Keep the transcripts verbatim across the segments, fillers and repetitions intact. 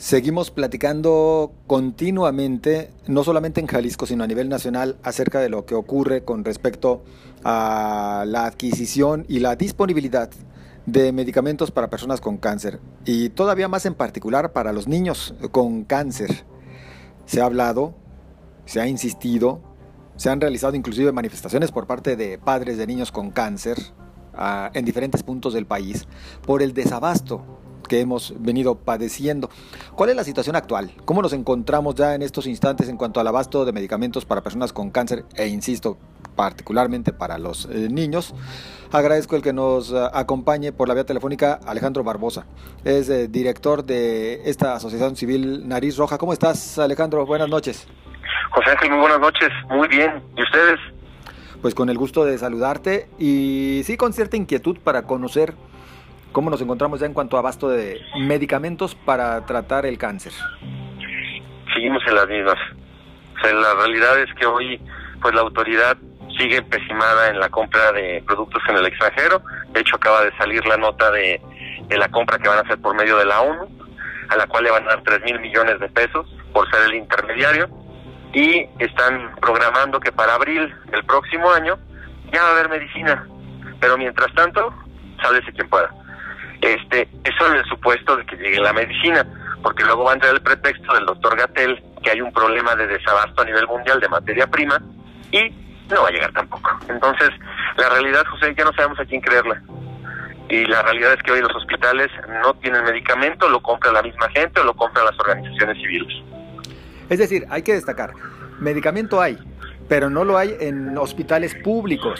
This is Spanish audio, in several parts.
Seguimos platicando continuamente, no solamente en Jalisco, sino a nivel nacional, acerca de lo que ocurre con respecto a la adquisición y la disponibilidad de medicamentos para personas con cáncer, y todavía más en particular para los niños con cáncer. Se ha hablado, se ha insistido, se han realizado inclusive manifestaciones por parte de padres de niños con cáncer uh, en diferentes puntos del país por el desabasto que hemos venido padeciendo. ¿Cuál es la situación actual? ¿Cómo nos encontramos ya en estos instantes en cuanto al abasto de medicamentos para personas con cáncer e, insisto, particularmente para los eh, niños? Agradezco el que nos uh, acompañe por la vía telefónica Alejandro Barbosa. Es eh, director de esta asociación civil Nariz Roja. ¿Cómo estás, Alejandro? Buenas noches. José Ángel, muy buenas noches. Muy bien. ¿Y ustedes? Pues con el gusto de saludarte y sí con cierta inquietud para conocer cómo nos encontramos ya en cuanto a abasto de medicamentos para tratar el cáncer. Seguimos en las mismas. O sea, la realidad es que hoy pues la autoridad sigue empecinada en la compra de productos en el extranjero. De hecho, acaba de salir la nota de, de la compra que van a hacer por medio de la ONU, a la cual le van a dar tres mil millones de pesos por ser el intermediario, y están programando que para abril del próximo año ya va a haber medicina. Pero mientras tanto, sálvese quien pueda. Este, eso en el supuesto de que llegue la medicina, porque luego va a entrar el pretexto del doctor Gatell que hay un problema de desabasto a nivel mundial de materia prima y no va a llegar tampoco. Entonces, la realidad, José, ya no sabemos a quién creerla. Y la realidad es que hoy los hospitales no tienen medicamento, lo compra la misma gente o lo compran las organizaciones civiles. Es decir, hay que destacar, medicamento hay, pero no lo hay en hospitales públicos.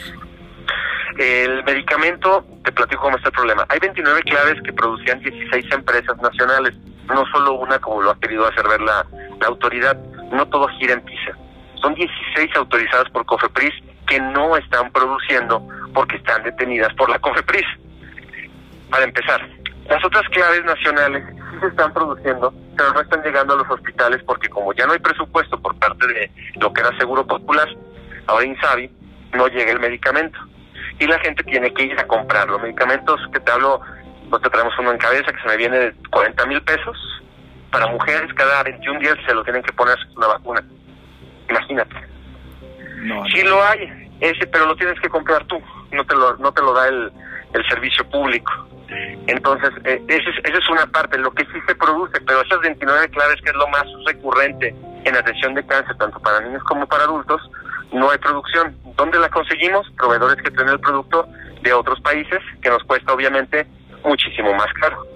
El medicamento, te platico cómo está el problema. Hay veintinueve claves que producían dieciséis empresas nacionales, no solo una como lo ha querido hacer ver la, la autoridad. No todo gira en PISA. Son dieciséis autorizadas por COFEPRIS que no están produciendo porque están detenidas por la COFEPRIS. Para empezar, las otras claves nacionales sí se están produciendo, pero no están llegando a los hospitales porque como ya no hay presupuesto por parte de lo que era Seguro Popular, ahora INSABI, no llega el medicamento. Y la gente tiene que ir a comprar los medicamentos que te hablo. Nosotros traemos uno en cabeza que se me viene de cuarenta mil pesos. Para mujeres, cada veintiún días se lo tienen que poner una vacuna. Imagínate. No, no. Sí lo hay, ese, pero lo tienes que comprar tú. No te lo, no te lo da el, el servicio público. Entonces, eh, esa es, esa es una parte, lo que sí se produce, pero esas veintinueve claves, que es lo más recurrente en atención de cáncer, tanto para niños como para adultos, no hay producción. ¿Dónde la conseguimos? Proveedores que tienen el producto de otros países, que nos cuesta obviamente muchísimo más caro.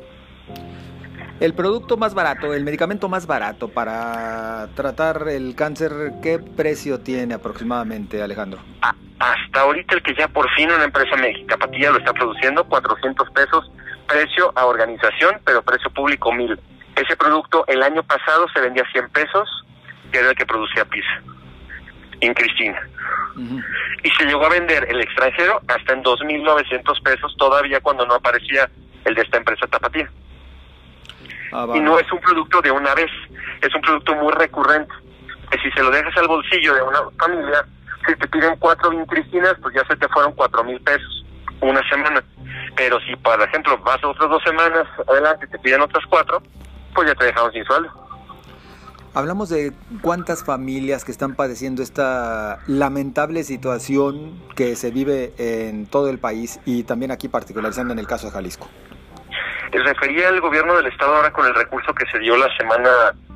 El producto más barato, el medicamento más barato para tratar el cáncer, ¿qué precio tiene aproximadamente, Alejandro? Ah, hasta ahorita el que ya por fin una empresa Tapatía lo está produciendo, cuatrocientos pesos, precio a organización, pero precio público mil. Ese producto el año pasado se vendía a cien pesos, que era el que producía PISA, en Cristina. Uh-huh. Y se llegó a vender el extranjero hasta en dos mil novecientos pesos, todavía cuando no aparecía el de esta empresa Tapatía. Ah, vale. Y no es un producto de una vez, es un producto muy recurrente, que si se lo dejas al bolsillo de una familia, si te piden cuatro vincristinas, pues ya se te fueron cuatro mil pesos una semana. Pero si, por ejemplo, vas otras dos semanas adelante y te piden otras cuatro, pues ya te dejaron sin sueldo. Hablamos de cuántas familias que están padeciendo esta lamentable situación que se vive en todo el país y también aquí particularizando en el caso de Jalisco. Refería al gobierno del estado ahora con el recurso que se dio la semana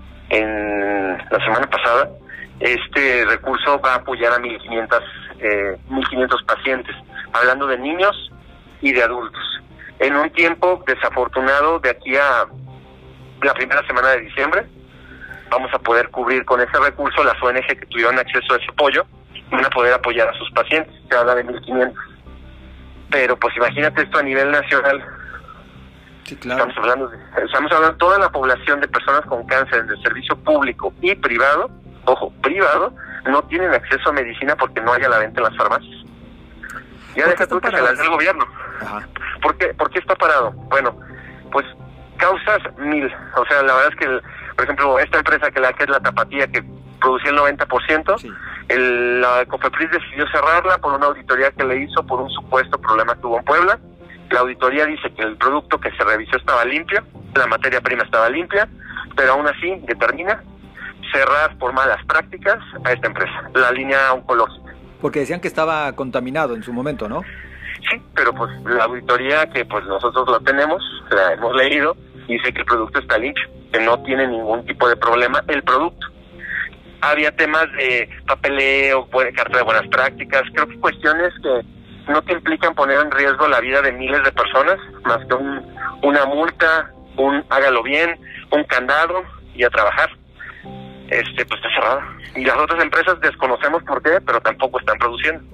en la semana pasada. Este recurso va a apoyar a mil quinientos eh, mil quinientos pacientes, hablando de niños y de adultos. En un tiempo desafortunado, de aquí a la primera semana de diciembre, vamos a poder cubrir con ese recurso las O N G que tuvieron acceso a ese apoyo, y van a poder apoyar a sus pacientes. Se habla de mil quinientos. Pero pues imagínate esto a nivel nacional. Sí, claro. Estamos hablando de, estamos hablando de toda la población de personas con cáncer en el servicio público y privado, ojo, privado, no tienen acceso a medicina porque no hay a la venta en las farmacias. Ya deja tú que se las dé el gobierno. Ajá. ¿Por qué, ¿Por qué está parado? Bueno, pues causas mil. O sea, la verdad es que, el, por ejemplo, esta empresa que, la, que es la Tapatía, que producía el noventa por ciento, sí. el, la COFEPRIS decidió cerrarla por una auditoría que le hizo por un supuesto problema que hubo en Puebla. La auditoría dice que el producto que se revisó estaba limpio, la materia prima estaba limpia, pero aún así determina cerrar por malas prácticas a esta empresa, la línea oncológica. Porque decían que estaba contaminado en su momento, ¿no? Sí, pero pues la auditoría que pues nosotros la tenemos, la hemos leído, dice que el producto está limpio, que no tiene ningún tipo de problema el producto. Había temas de papeleo, carta de buenas prácticas, creo que cuestiones que no te implican poner en riesgo la vida de miles de personas, más que un, una multa, un hágalo bien, un candado y a trabajar. Este, pues está cerrada. Y las otras empresas desconocemos por qué, pero tampoco están produciendo.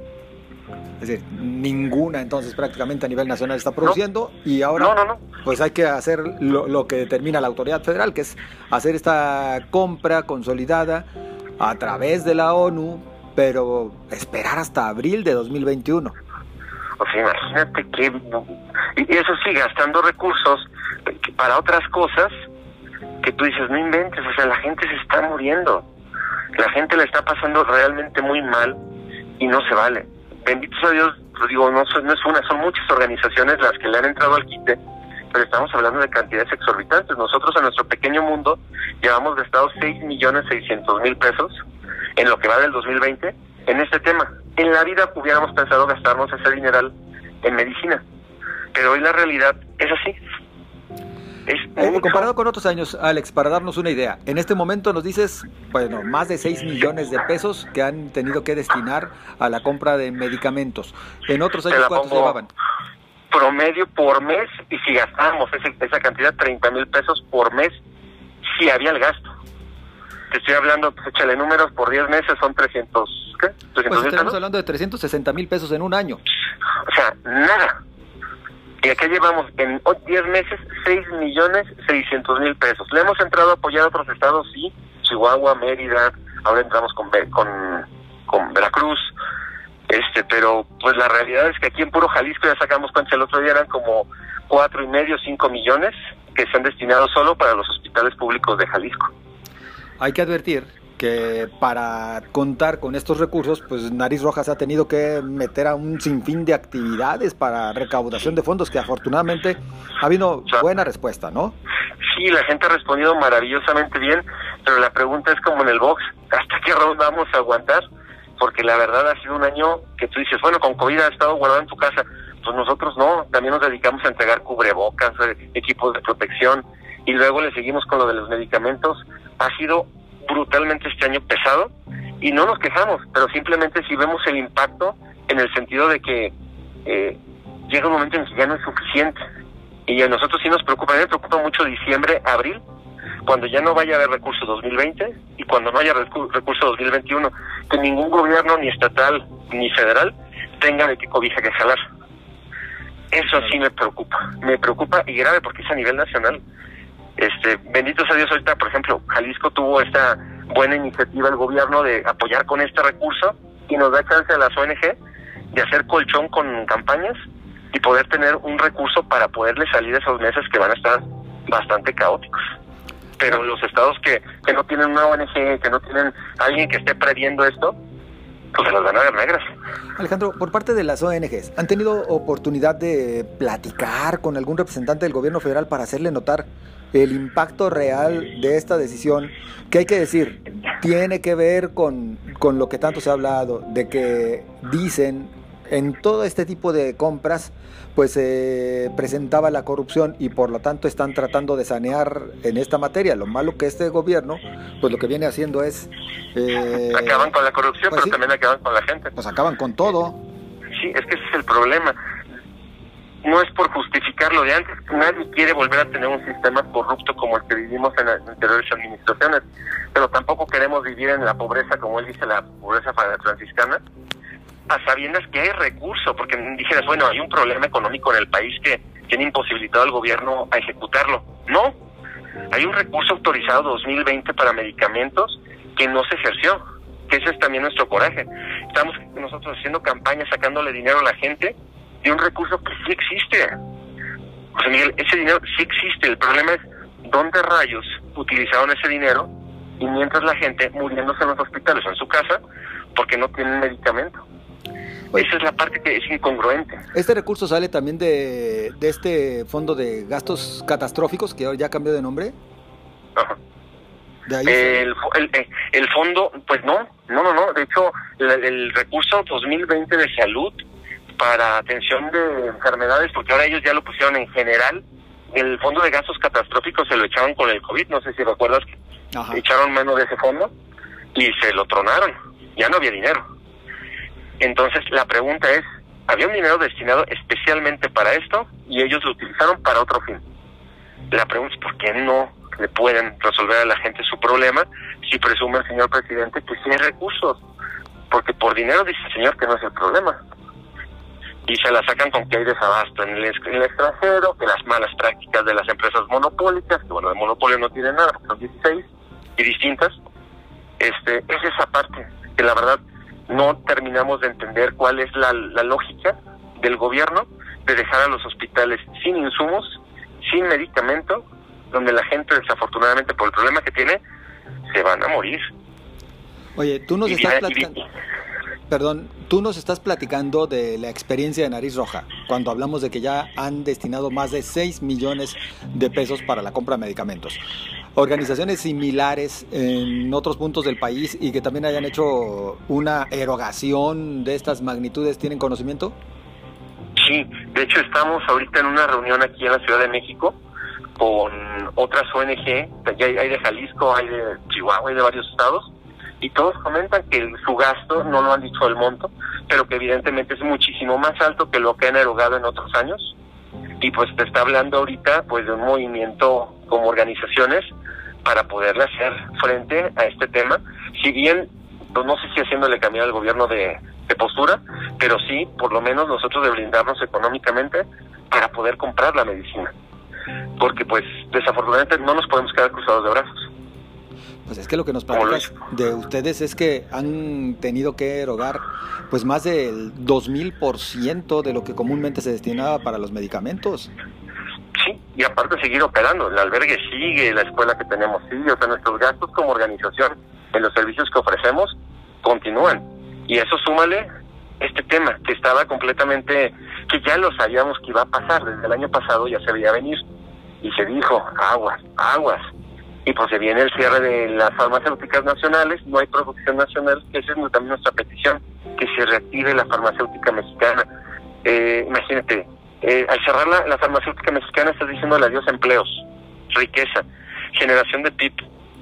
Es decir, ninguna entonces prácticamente a nivel nacional está produciendo, no. Y ahora no, no, no. pues hay que hacer lo, lo que determina la autoridad federal, que es hacer esta compra consolidada a través de la ONU, pero esperar hasta abril de dos mil veintiuno. O sea, imagínate que... Y eso sí, gastando recursos para otras cosas que tú dices, no inventes, o sea, la gente se está muriendo. La gente le está pasando realmente muy mal y no se vale. Benditos a Dios, pues digo, no, no es una, son muchas organizaciones las que le han entrado al quite, pero estamos hablando de cantidades exorbitantes. Nosotros en nuestro pequeño mundo llevamos gastado seis millones seiscientos mil pesos en lo que va del dos mil veinte en este tema. En la vida hubiéramos pensado gastarnos ese dineral en medicina, pero hoy la realidad es así. Es eh, comparado con otros años, Alex, para darnos una idea, en este momento nos dices, bueno, más de seis millones de pesos que han tenido que destinar a la compra de medicamentos. En otros años, ¿cuántos llevaban? Promedio por mes, y si gastábamos ese, esa cantidad, treinta mil pesos por mes, si había el gasto. Te estoy hablando, pues échale números, por diez meses son trescientos, ¿qué? Pues estamos hablando de trescientos sesenta mil pesos en un año. O sea, nada. Y acá llevamos en diez meses seis millones seiscientos mil pesos. Le hemos entrado a apoyar a otros estados, sí, Chihuahua, Mérida, ahora entramos con, con, con Veracruz, este, pero pues la realidad es que aquí en puro Jalisco ya sacamos cuenta, el otro día eran como cuatro y medio, cinco millones que se han destinado solo para los hospitales públicos de Jalisco. Hay que advertir que para contar con estos recursos, pues Nariz Roja se ha tenido que meter a un sinfín de actividades para recaudación de fondos, que afortunadamente ha habido o sea, buena respuesta, ¿no? Sí, la gente ha respondido maravillosamente bien, pero la pregunta es como en el box, ¿hasta qué round vamos a aguantar? Porque la verdad ha sido un año que tú dices, bueno, con COVID has estado guardado en tu casa. Pues nosotros no, también nos dedicamos a entregar cubrebocas, equipos de protección, y luego le seguimos con lo de los medicamentos. Ha sido brutalmente este año pesado y no nos quejamos, pero simplemente si vemos el impacto en el sentido de que eh, llega un momento en que ya no es suficiente y a nosotros sí nos preocupa, a mí me preocupa mucho diciembre, abril, cuando ya no vaya a haber recurso dos mil veinte y cuando no haya recu- recurso dos mil veintiuno, que ningún gobierno ni estatal ni federal tenga de qué cobija que jalar. Eso sí me preocupa, me preocupa y grave porque es a nivel nacional. Este, bendito sea Dios, ahorita, por ejemplo, Jalisco tuvo esta buena iniciativa el gobierno de apoyar con este recurso y nos da chance a las O N G de hacer colchón con campañas y poder tener un recurso para poderle salir esos meses que van a estar bastante caóticos. Pero los estados que, que no tienen una O N G, que no tienen alguien que esté previendo esto, pues se las van a ver negras. Alejandro, por parte de las O N Ges, ¿han tenido oportunidad de platicar con algún representante del gobierno federal para hacerle notar el impacto real de esta decisión, que hay que decir, tiene que ver con, con lo que tanto se ha hablado, de que dicen en todo este tipo de compras, pues se eh, presentaba la corrupción y por lo tanto están tratando de sanear en esta materia? Lo malo que este gobierno, pues lo que viene haciendo es... Eh, acaban con la corrupción, pues pero sí, también acaban con la gente. Pues acaban con todo. Sí, es que ese es el problema. No es por justificar lo de antes, nadie quiere volver a tener un sistema corrupto como el que vivimos en las anteriores administraciones, pero tampoco queremos vivir en la pobreza, como él dice, la pobreza franciscana, a sabiendas que hay recurso, porque dijeras, bueno, hay un problema económico en el país que tiene imposibilitado al gobierno a ejecutarlo. No, hay un recurso autorizado dos mil veinte para medicamentos que no se ejerció, que ese es también nuestro coraje. Estamos nosotros haciendo campañas, sacándole dinero a la gente de un recurso que sí existe. José Miguel, ese dinero sí existe. El problema es dónde rayos utilizaron ese dinero y mientras la gente muriéndose en los hospitales o en su casa porque no tienen medicamento. Oye, esa es la parte que es incongruente. Este recurso sale también de, de este fondo de gastos catastróficos que ya cambió de nombre. Ajá. ¿De ahí el, el, el fondo, pues no, no, no, no. De hecho, el, el recurso dos mil veinte de salud para atención de enfermedades, porque ahora ellos ya lo pusieron en general, el fondo de gastos catastróficos se lo echaron con el COVID, no sé si recuerdas que Ajá. echaron mano de ese fondo y se lo tronaron, ya no había dinero. Entonces la pregunta es, había un dinero destinado especialmente para esto y ellos lo utilizaron para otro fin. La pregunta es, ¿por qué no le pueden resolver a la gente su problema si presume el señor presidente que sí hay recursos? Porque por dinero dice el señor que no es el problema. Y se la sacan con que hay desabasto en el, en el extranjero, que las malas prácticas de las empresas monopólicas, que bueno, de monopolio no tienen nada, son dieciséis y distintas. Este, es esa parte que la verdad no terminamos de entender cuál es la, la lógica del gobierno de dejar a los hospitales sin insumos, sin medicamento, donde la gente desafortunadamente por el problema que tiene, se van a morir. Oye, tú nos y estás platicando... Perdón, tú nos estás platicando de la experiencia de Nariz Roja, cuando hablamos de que ya han destinado más de seis millones de pesos para la compra de medicamentos. Organizaciones similares en otros puntos del país y que también hayan hecho una erogación de estas magnitudes, ¿tienen conocimiento? Sí, de hecho estamos ahorita en una reunión aquí en la Ciudad de México con otras O N G, hay, hay de Jalisco, hay de Chihuahua, hay de varios estados, y todos comentan que el, su gasto, no lo han dicho el monto, pero que evidentemente es muchísimo más alto que lo que han erogado en otros años. Y pues te está hablando ahorita pues de un movimiento como organizaciones para poderle hacer frente a este tema, si bien pues no sé si haciéndole cambiar al gobierno de, de postura, pero sí por lo menos nosotros de blindarnos económicamente para poder comprar la medicina, porque pues desafortunadamente no nos podemos quedar cruzados de brazos. Pues es que lo que nos platicas de ustedes es que han tenido que erogar pues más del dos mil por ciento de lo que comúnmente se destinaba para los medicamentos. Sí, y aparte seguir operando, el albergue sigue, la escuela que tenemos sigue, o sea, nuestros gastos como organización en los servicios que ofrecemos continúan. Y eso súmale este tema que estaba completamente, que ya lo sabíamos que iba a pasar, desde el año pasado ya se veía venir, y se dijo, aguas, aguas. Y pues se viene el cierre de las farmacéuticas nacionales, no hay producción nacional, que esa es también nuestra petición, que se reactive la farmacéutica mexicana. Eh, imagínate, eh, al cerrar la, la farmacéutica mexicana estás diciéndole adiós a empleos, riqueza, generación de P I B,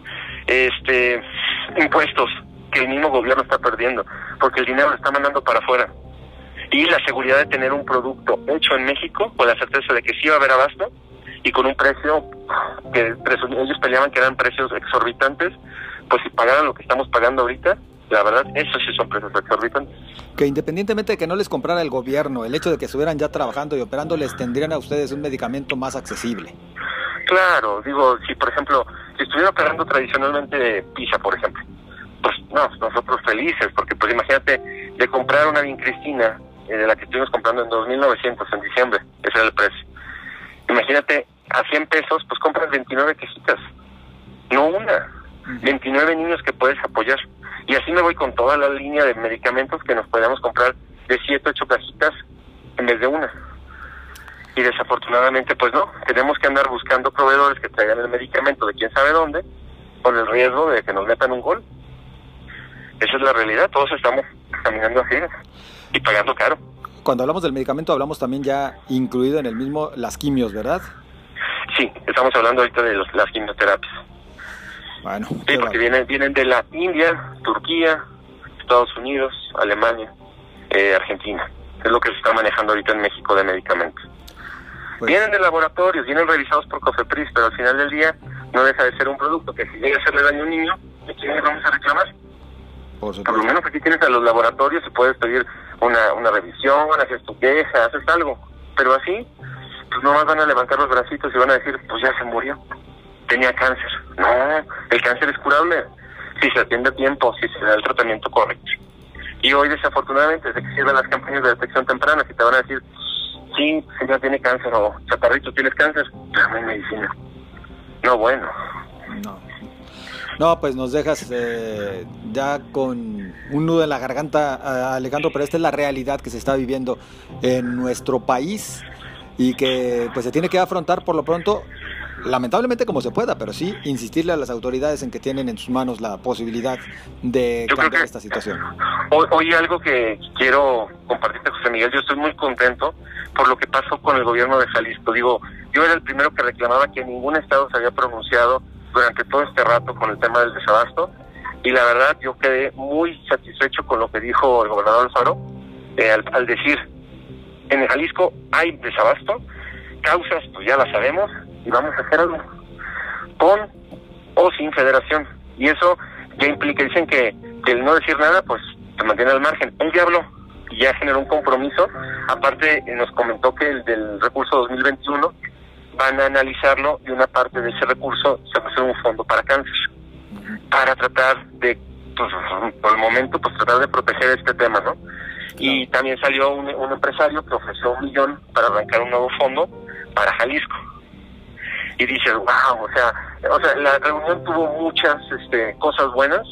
este, impuestos que el mismo gobierno está perdiendo, porque el dinero lo está mandando para afuera. Y la seguridad de tener un producto hecho en México, con la certeza de que sí va a haber abasto, y con un precio que ellos peleaban que eran precios exorbitantes, pues si pagaran lo que estamos pagando ahorita, la verdad, esos sí son precios exorbitantes. Que independientemente de que no les comprara el gobierno, el hecho de que estuvieran ya trabajando y operando, les tendrían a ustedes un medicamento más accesible. Claro, digo, si por ejemplo, si estuviera operando tradicionalmente Pisa, por ejemplo, pues no, nosotros felices, porque pues imagínate, de comprar una Vincristina, eh, de la que estuvimos comprando en dos mil novecientos en diciembre, ese era el precio. Imagínate, a cien pesos, pues compras veintinueve quejitas, no una, veintinueve niños que puedes apoyar. Y así me voy con toda la línea de medicamentos que nos podemos comprar de siete, ocho cajitas en vez de una. Y desafortunadamente, pues no, tenemos que andar buscando proveedores que traigan el medicamento de quién sabe dónde, con el riesgo de que nos metan un gol. Esa es la realidad, todos estamos caminando así y pagando caro. Cuando hablamos del medicamento, hablamos también ya incluido en el mismo las quimios, ¿verdad? Sí, estamos hablando ahorita de los, las quimioterapias. Bueno. Sí, porque vienen, vienen de la India, Turquía, Estados Unidos, Alemania, eh, Argentina. Es lo que se está manejando ahorita en México de medicamentos. Pues, vienen de laboratorios, vienen revisados por COFEPRIS, pero al final del día no deja de ser un producto que si llega a hacerle daño a un niño, ¿de quién le vamos a reclamar? Por, por lo menos aquí tienes a los laboratorios y puedes pedir una, una revisión, haces tu queja, haces algo. Pero así, pues nomás van a levantar los bracitos y van a decir, pues ya se murió, tenía cáncer. No, el cáncer es curable si se atiende a tiempo, si se da el tratamiento correcto. Y hoy desafortunadamente desde que sirven las campañas de detección temprana, si te van a decir, sí, señor tiene cáncer, o chaparrito tienes cáncer, pero no hay medicina. No, bueno. No. No, pues nos dejas eh, ya con un nudo en la garganta, uh, Alejandro, pero esta es la realidad que se está viviendo en nuestro país y que pues se tiene que afrontar por lo pronto lamentablemente como se pueda, pero sí insistirle a las autoridades en que tienen en sus manos la posibilidad de yo cambiar que, esta situación. Hoy, hoy algo que quiero compartirte, José Miguel, yo estoy muy contento por lo que pasó con el gobierno de Jalisco. Digo, yo era el primero que reclamaba que ningún estado se había pronunciado durante todo este rato con el tema del desabasto, y la verdad yo quedé muy satisfecho con lo que dijo el gobernador Alfaro, eh, al, al decir, en Jalisco hay desabasto, causas pues ya las sabemos, y vamos a hacer algo, con o sin federación, y eso ya implica, dicen que, que el no decir nada pues te mantiene al margen. Él ya habló y ya generó un compromiso, aparte nos comentó que el del recurso dos mil veintiuno van a analizarlo, y una parte de ese recurso se va a hacer un fondo para cáncer, para tratar de, pues por el momento, pues tratar de proteger este tema, ¿no? Y también salió un, un empresario que ofreció un millón para arrancar un nuevo fondo para Jalisco. Y dices, wow, o sea, o sea, la reunión tuvo muchas este, cosas buenas,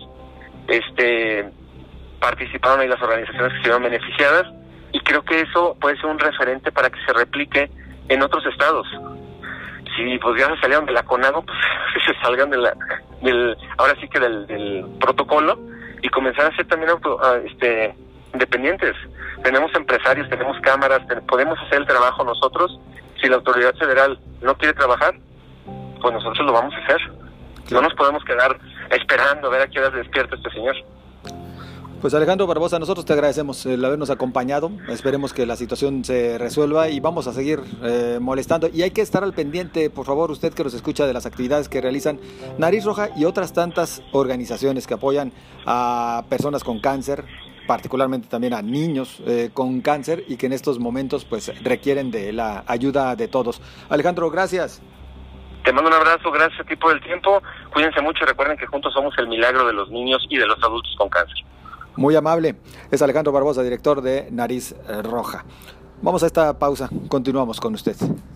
este, participaron ahí las organizaciones que se vieron beneficiadas, y creo que eso puede ser un referente para que se replique en otros estados. Si pues ya se salieron de la CONAGO, pues se salgan de la, del, ahora sí que del, del protocolo, y comenzar a ser también auto, a, este, independientes. Tenemos empresarios, tenemos cámaras, ten, podemos hacer el trabajo nosotros. Si la autoridad federal no quiere trabajar, pues nosotros lo vamos a hacer. No nos podemos quedar esperando a ver a qué hora despierta este señor. Pues Alejandro Barbosa, nosotros te agradecemos el habernos acompañado, esperemos que la situación se resuelva y vamos a seguir eh, molestando, y hay que estar al pendiente, por favor, usted que nos escucha, de las actividades que realizan Nariz Roja y otras tantas organizaciones que apoyan a personas con cáncer, particularmente también a niños eh, con cáncer, y que en estos momentos pues requieren de la ayuda de todos. Alejandro, gracias. Te mando un abrazo, gracias a ti por el tiempo, cuídense mucho y recuerden que juntos somos el milagro de los niños y de los adultos con cáncer. Muy amable. Es Alejandro Barbosa, director de Nariz Roja. Vamos a esta pausa. Continuamos con usted.